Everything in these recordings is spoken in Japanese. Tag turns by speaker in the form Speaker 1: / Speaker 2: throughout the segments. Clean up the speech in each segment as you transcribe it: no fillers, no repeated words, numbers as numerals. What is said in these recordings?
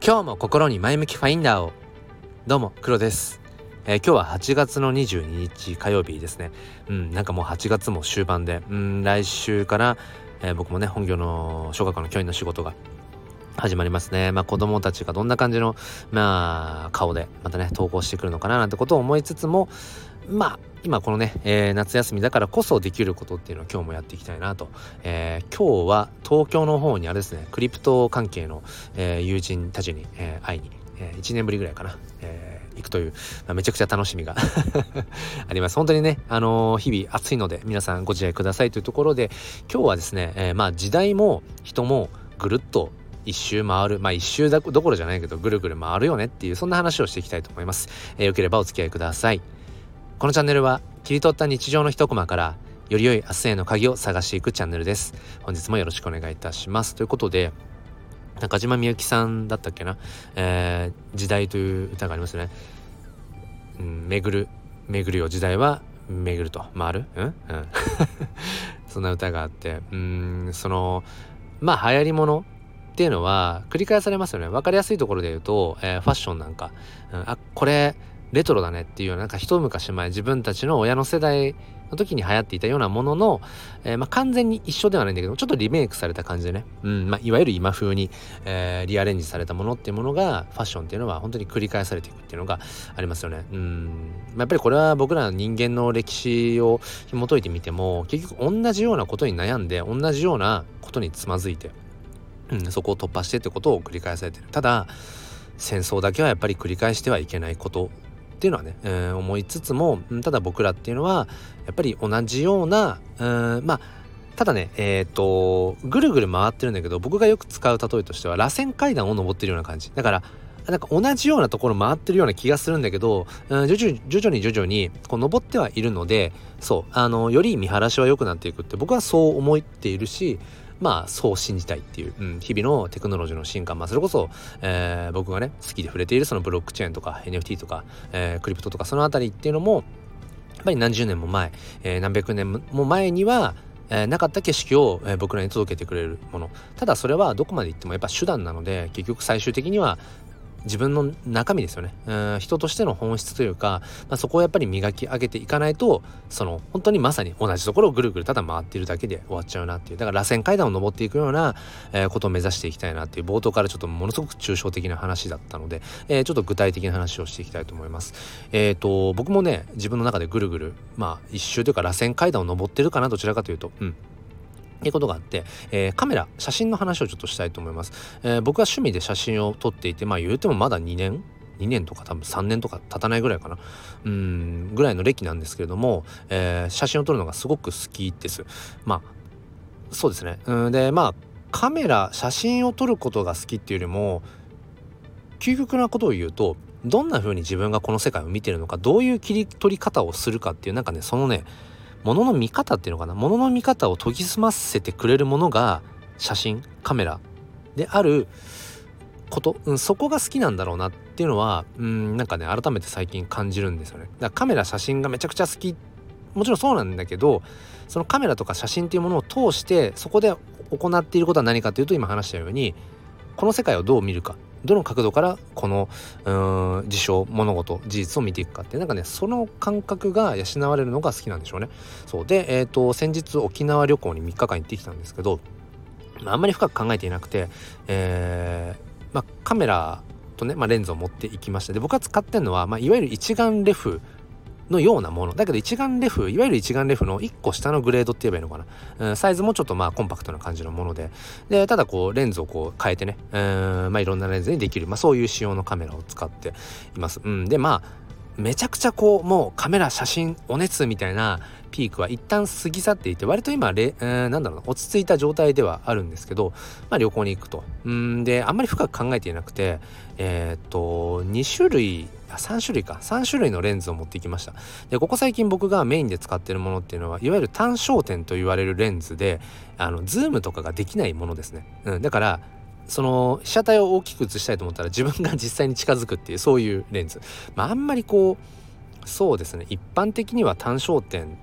Speaker 1: 今日も心に前向きファインダーを。どうも黒です。今日は8月の22日火曜日ですね。なんかもう8月も終盤で、来週から、僕もね本業の小学校の教員の仕事が始まりますね。子供たちがどんな感じの顔でまたね投稿してくるのかななんてことを思いつつも、今このね、夏休みだからこそできることっていうのを今日もやっていきたいなと。今日は東京の方にあれですね、クリプト関係の、友人たちに、会いに、1年ぶりぐらいかな、行くという、めちゃくちゃ楽しみがあります。本当にね、日々暑いので皆さんご自愛くださいというところで、今日はですね、時代も人もぐるっと一周回る、一周どころじゃないけどぐるぐる回るよねっていう、そんな話をしていきたいと思います。よければお付き合いください。このチャンネルは切り取った日常の一コマからより良い明日への鍵を探していくチャンネルです。本日もよろしくお願いいたします。ということで、中島みゆきさんだったっけな、時代という歌がありますね。巡るよ時代は巡ると回る、そんな歌があって、その流行り物っていうのは繰り返されますよね。分かりやすいところで言うと、ファッションなんか、これレトロだねっていうような、一昔前自分たちの親の世代の時に流行っていたようなものの、完全に一緒ではないんだけどちょっとリメイクされた感じでね、いわゆる今風に、リアレンジされたものっていうものがファッションっていうのは本当に繰り返されていくっていうのがありますよね。やっぱりこれは僕らの人間の歴史を紐解いてみても結局同じようなことに悩んで同じようなことにつまずいて、そこを突破してってことを繰り返されている。ただ戦争だけはやっぱり繰り返してはいけないことっていうのはね、思いつつも、ただ僕らっていうのはやっぱり同じような、ただねぐるぐる回ってるんだけど、僕がよく使う例えとしては螺旋階段を登ってるような感じだから、なんか同じようなところ回ってるような気がするんだけど、徐々にこう登ってはいるので、そうより見晴らしは良くなっていくって僕はそう思っているし、そう信じたいっていう、日々のテクノロジーの進化、それこそ、僕がね好きで触れているそのブロックチェーンとか NFT とか、クリプトとかそのあたりっていうのもやっぱり何十年も前、何百年も前にはなかった景色を、僕らに届けてくれるもの。ただそれはどこまで行ってもやっぱ手段なので、結局最終的には自分の中身ですよね。人としての本質というか、そこをやっぱり磨き上げていかないと、本当にまさに同じところをぐるぐるただ回っているだけで終わっちゃうなっていう。だから螺旋階段を登っていくような、ことを目指していきたいなっていう、冒頭からちょっとものすごく抽象的な話だったので、ちょっと具体的な話をしていきたいと思います。僕もね自分の中でぐるぐる一周というか螺旋階段を登ってるかな、どちらかというとっていうことがあって、写真の話をちょっとしたいと思います。僕は趣味で写真を撮っていて、言うてもまだ2年とか多分3年とか経たないぐらいかなぐらいの歴なんですけれども、写真を撮るのがすごく好きです。そうですね。で写真を撮ることが好きっていうよりも、究極なことを言うと、どんな風に自分がこの世界を見てるのか、どういう切り取り方をするかっていう、そのね物の見方っていうのかな、物の見方を研ぎ澄ませてくれるものが写真カメラであること、そこが好きなんだろうなっていうのは改めて最近感じるんですよね。だからカメラ写真がめちゃくちゃ好き、もちろんそうなんだけど、そのカメラとか写真っていうものを通してそこで行っていることは何かというと、今話したようにこの世界をどう見るか、どの角度からこの事象、物事、事実を見ていくかって、その感覚が養われるのが好きなんでしょうね。そうで、先日沖縄旅行に3日間行ってきたんですけど、あんまり深く考えていなくて、カメラとね、レンズを持っていきました。で、僕が使ってるのは、いわゆる一眼レフのようなものだけど、いわゆる一眼レフの1個下のグレードって言えばいいのかな、サイズもちょっとコンパクトな感じのもので、ただレンズを変えてね、いろんなレンズにできる、そういう仕様のカメラを使っています。でめちゃくちゃもうカメラ写真お熱みたいなピークは一旦過ぎ去っていて、割と今落ち着いた状態ではあるんですけど、旅行に行くとであんまり深く考えていなくて、3種類のレンズを持ってきました。でここ最近僕がメインで使っているものっていうのは、いわゆる単焦点と言われるレンズで、ズームとかができないものですね。だからその被写体を大きく写したいと思ったら自分が実際に近づくっていう、そういうレンズ。あんまりそうですね、一般的には単焦点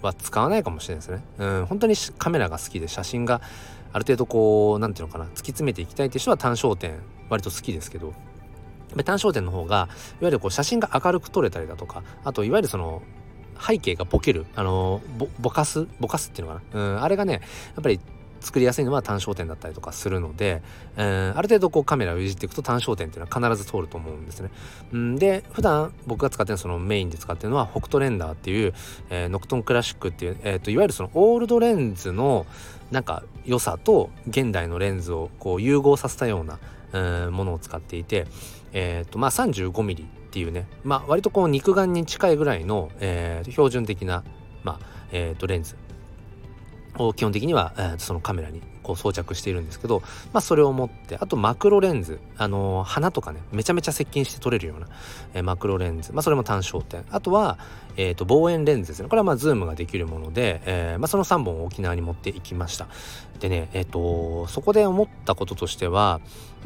Speaker 1: は使わないかもしれないですね。本当にカメラが好きで写真がある程度こうなんていうのかな突き詰めていきたいっていう人は単焦点割と好きですけど、単焦点の方がいわゆるこう写真が明るく撮れたりだとか、あといわゆるその背景がボケるぼかすっていうのかな、あれがねやっぱり作りやすいのは単焦点だったりとかするので、ある程度こうカメラをいじっていくと単焦点っていうのは必ず通ると思うんですね。で普段僕が使ってるそのメインで使ってるのは北斗レンダーっていう、ノクトンクラシックっていう、いわゆるそのオールドレンズのなんか良さと現代のレンズをこう融合させたような、ものを使っていて、35mmっていうね、割とこう肉眼に近いぐらいの、標準的な、レンズを基本的には、そのカメラにこう装着しているんですけど、それを持って、あとマクロレンズ、花とかねめちゃめちゃ接近して撮れるような、マクロレンズ、それも単焦点、あとは、望遠レンズですね。これはズームができるもので、その3本を沖縄に持っていきました。でねそこで思ったこととしては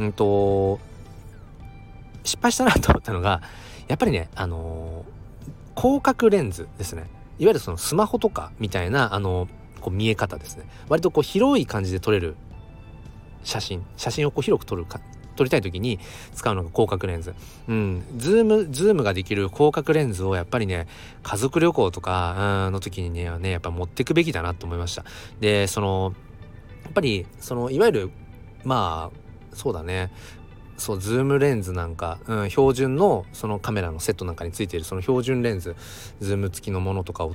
Speaker 1: 失敗したなと思ったのがやっぱりね広角レンズですね。いわゆるそのスマホとかみたいなこう見え方ですね。割とこう広い感じで撮れる写真をこう広く撮りたい時に使うのが広角レンズ。ズームができる広角レンズをやっぱりね家族旅行とかの時にねやっぱ持ってくべきだなと思いました。でやっぱりいわゆるそうだね、ズームレンズなんか、標準のそのカメラのセットなんかについているその標準レンズズーム付きのものとかを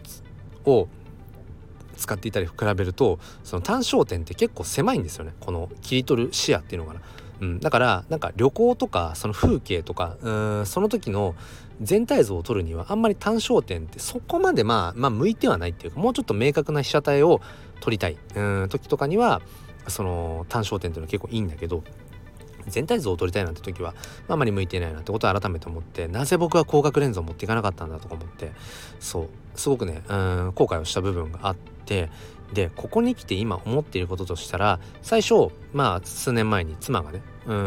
Speaker 1: 使っていたり比べるとその単焦点って結構狭いんですよね。この切り取る視野っていうのかな、だからなんか旅行とかその風景とかその時の全体像を撮るにはあんまり単焦点ってそこまで向いてはないっていうか、もうちょっと明確な被写体を撮りたい時とかにはその単焦点っていうのは結構いいんだけど、全体像を撮りたいなんて時はあまり向いてないなってことを改めて思って、なぜ僕は広角レンズを持っていかなかったんだとか思って、すごくね後悔をした部分があって、でここに来て今思っていることとしたら、最初数年前に妻がね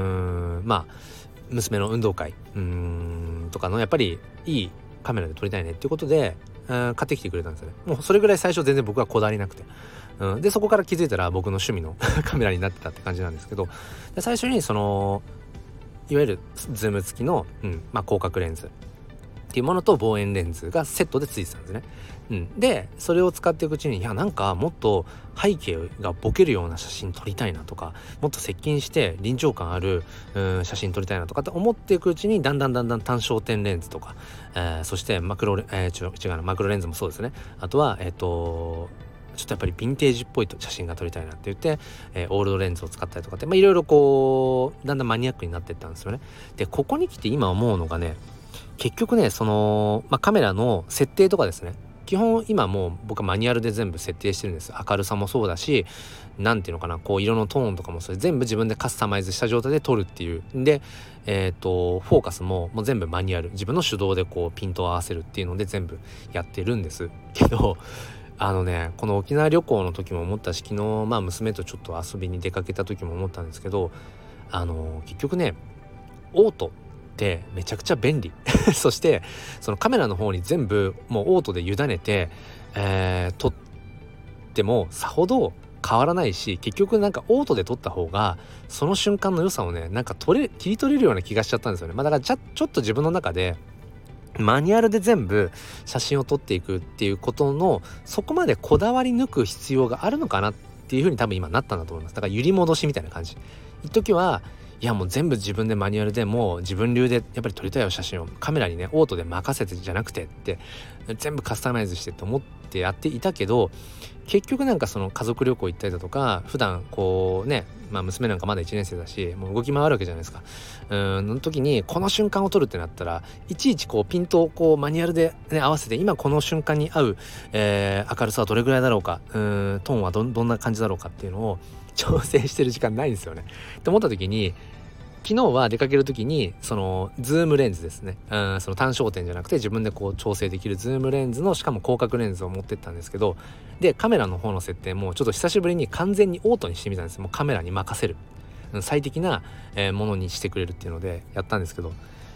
Speaker 1: 娘の運動会とかのやっぱりいいカメラで撮りたいねっていうことで買ってきてくれたんですよね。もうそれぐらい最初全然僕はこだわりなくて、でそこから気づいたら僕の趣味のカメラになってたって感じなんですけど、で最初にいわゆるズーム付きの、広角レンズっていうものと望遠レンズがセットで付いてたんですね。でそれを使っていくうちになんかもっと背景がボケるような写真撮りたいなとか、もっと接近して臨場感ある写真撮りたいなとかって思っていくうちにだんだん単焦点レンズとか、そしてマクロレンズもそうですね。あとはちょっとやっぱりヴィンテージっぽい写真が撮りたいなって言って、オールドレンズを使ったりとかっていろいろこうだんだんマニアックになっていったんですよね。でここに来て今思うのがね、結局ねカメラの設定とかですね、基本今もう僕はマニュアルで全部設定してるんです。明るさもそうだし、なんていうのかな、こう色のトーンとかもそれ全部自分でカスタマイズした状態で撮るっていうで、フォーカスもう全部マニュアル、自分の手動でこうピントを合わせるっていうので全部やってるんですけど、この沖縄旅行の時も思ったし、昨日娘とちょっと遊びに出かけた時も思ったんですけど、結局ねオートってめちゃくちゃ便利そしてそのカメラの方に全部もうオートで委ねて、撮ってもさほど変わらないし、結局なんかオートで撮った方がその瞬間の良さをねなんか切り取れるような気がしちゃったんですよね。だからちょっと自分の中でマニュアルで全部写真を撮っていくっていうことのそこまでこだわり抜く必要があるのかなっていう風に多分今なったんだと思います。だから揺り戻しみたいな感じ。一時はいやもう全部自分でマニュアルでもう自分流でやっぱり撮りたいよ写真をカメラにねオートで任せてじゃなくてって全部カスタマイズしてって思ってやっていたけど、結局なんかその家族旅行行ったりだとか普段こうね娘なんかまだ1年生だしもう動き回るわけじゃないですか。の時にこの瞬間を撮るってなったらいちいちこうピントをこうマニュアルで、ね、合わせて今この瞬間に合う、明るさはどれぐらいだろうか、トーンはどんな感じだろうかっていうのを調整してる時間ないんですよね。って思った時に昨日は出かける時にそのズームレンズですね、その単焦点じゃなくて自分でこう調整できるズームレンズのしかも広角レンズを持ってったんですけど、でカメラの方の設定もちょっと久しぶりに完全にオートにしてみたんです。もうカメラに任せる最適なものにしてくれるっていうのでやったんですけど、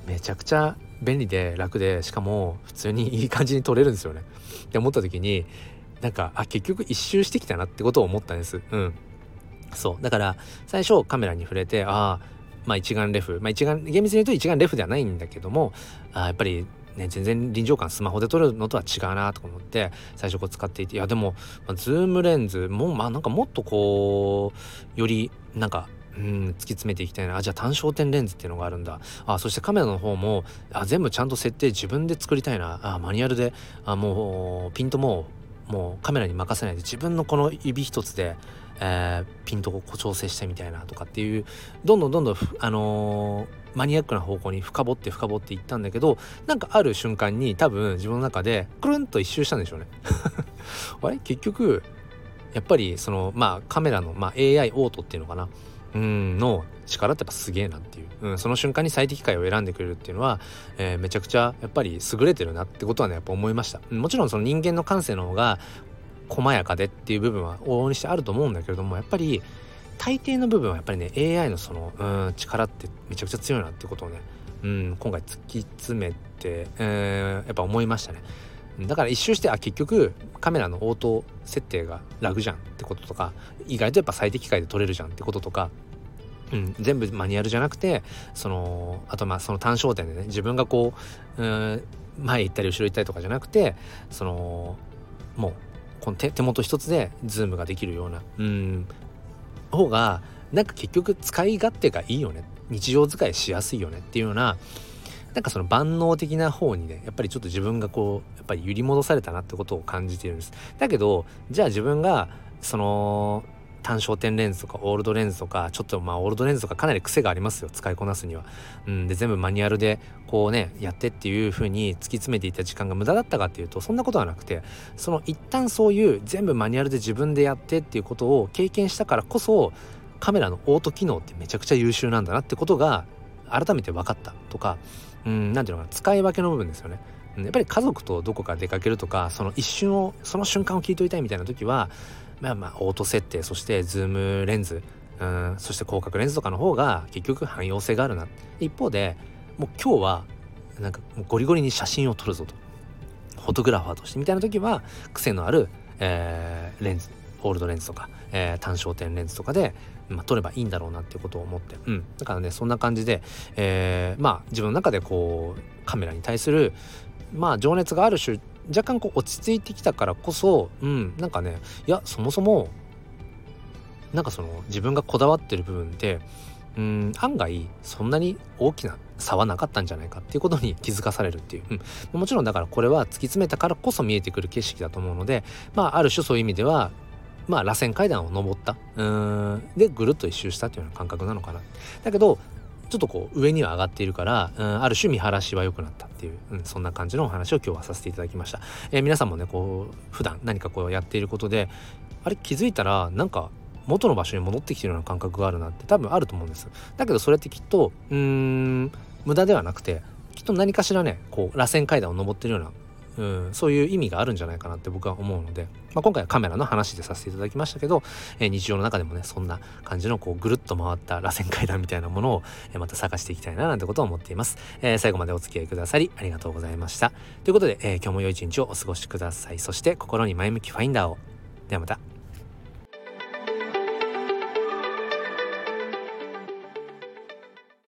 Speaker 1: めちゃくちゃ便利で楽で、しかも普通にいい感じに撮れるんですよねって思った時に、なんか結局一周してきたなってことを思ったんです。そうだから最初カメラに触れて、一眼レフ、一眼厳密に言うと一眼レフではないんだけども、やっぱりね全然臨場感スマホで撮るのとは違うなと思って最初使っていて、いやでも、ズームレンズもなんかもっとこうよりなんか突き詰めていきたいな。じゃあ単焦点レンズっていうのがあるんだ。そしてカメラの方も全部ちゃんと設定自分で作りたいな。マニュアルでもうピントもカメラに任せないで自分のこの指一つで、ピントを調整してみたいなとかっていう、どんどんマニアックな方向に深掘っていったんだけど、なんかある瞬間に多分自分の中でくるんと一周したんでしょうねあれ結局やっぱりそのカメラの、AI オートっていうのかなの力ってやっぱすげえなっていう、その瞬間に最適解を選んでくれるっていうのは、めちゃくちゃやっぱり優れてるなってことはねやっぱ思いました。もちろんその人間の感性の方が細やかでっていう部分は往々にしてあると思うんだけれども、やっぱり大抵の部分はやっぱりね AI のその力ってめちゃくちゃ強いなってことをね今回突き詰めて、やっぱ思いましたね。だから一周して結局カメラのオート設定が楽じゃんってこととか、意外とやっぱ最適解で撮れるじゃんってこととか、全部マニュアルじゃなくてあとその単焦点でね自分がこう前行ったり後ろ行ったりとかじゃなくてもうこの手元一つでズームができるような方がなんか結局使い勝手がいいよね、日常使いしやすいよねっていうような、なんかその万能的な方にねやっぱりちょっと自分がこうやっぱり揺り戻されたなってことを感じているんです。だけどじゃあ自分がその単焦点レンズとかオールドレンズとか、ちょっとオールドレンズとかかなり癖がありますよ、使いこなすには。で全部マニュアルでこうねやってっていう風に突き詰めていった時間が無駄だったかっていうとそんなことはなくて、その一旦そういう全部マニュアルで自分でやってっていうことを経験したからこそ、カメラのオート機能ってめちゃくちゃ優秀なんだなってことが改めて分かったとか、なんていうのかな、使い分けの部分ですよね。やっぱり家族とどこか出かけるとか、その一瞬をその瞬間を切り取りたいみたいな時はオート設定、そしてズームレンズ、そして広角レンズとかの方が結局汎用性があるな。一方でもう今日はなんかもうゴリゴリに写真を撮るぞと、フォトグラファーとしてみたいな時は癖のある、レンズ、オールドレンズとか、単焦点レンズとかで、撮ればいいんだろうなっていうことを思って、だからねそんな感じで、自分の中でこうカメラに対する情熱がある種若干こう落ち着いてきたからこそ、なんかね、いやそもそもなんかその自分がこだわってる部分って案外そんなに大きな差はなかったんじゃないかっていうことに気づかされるっていう、もちろんだからこれは突き詰めたからこそ見えてくる景色だと思うので、ある種そういう意味では螺旋階段を登ったでぐるっと一周したっていうような感覚なのかな。だけどちょっとこう上には上がっているから、ある種見晴らしは良くなったっていう、そんな感じのお話を今日はさせていただきました。皆さんもねこう普段何かこうやっていることで気づいたらなんか元の場所に戻ってきてるような感覚があるなって多分あると思うんです。だけどそれってきっと無駄ではなくて、きっと何かしらねこう螺旋階段を登ってるようなそういう意味があるんじゃないかなって僕は思うので、今回はカメラの話でさせていただきましたけど、日常の中でもねそんな感じのこうぐるっと回った螺旋階段みたいなものを、また探していきたいななんてことを思っています。最後までお付き合いくださりありがとうございました。ということで、今日も良い一日をお過ごしください。そして心に前向きファインダーを。ではまた。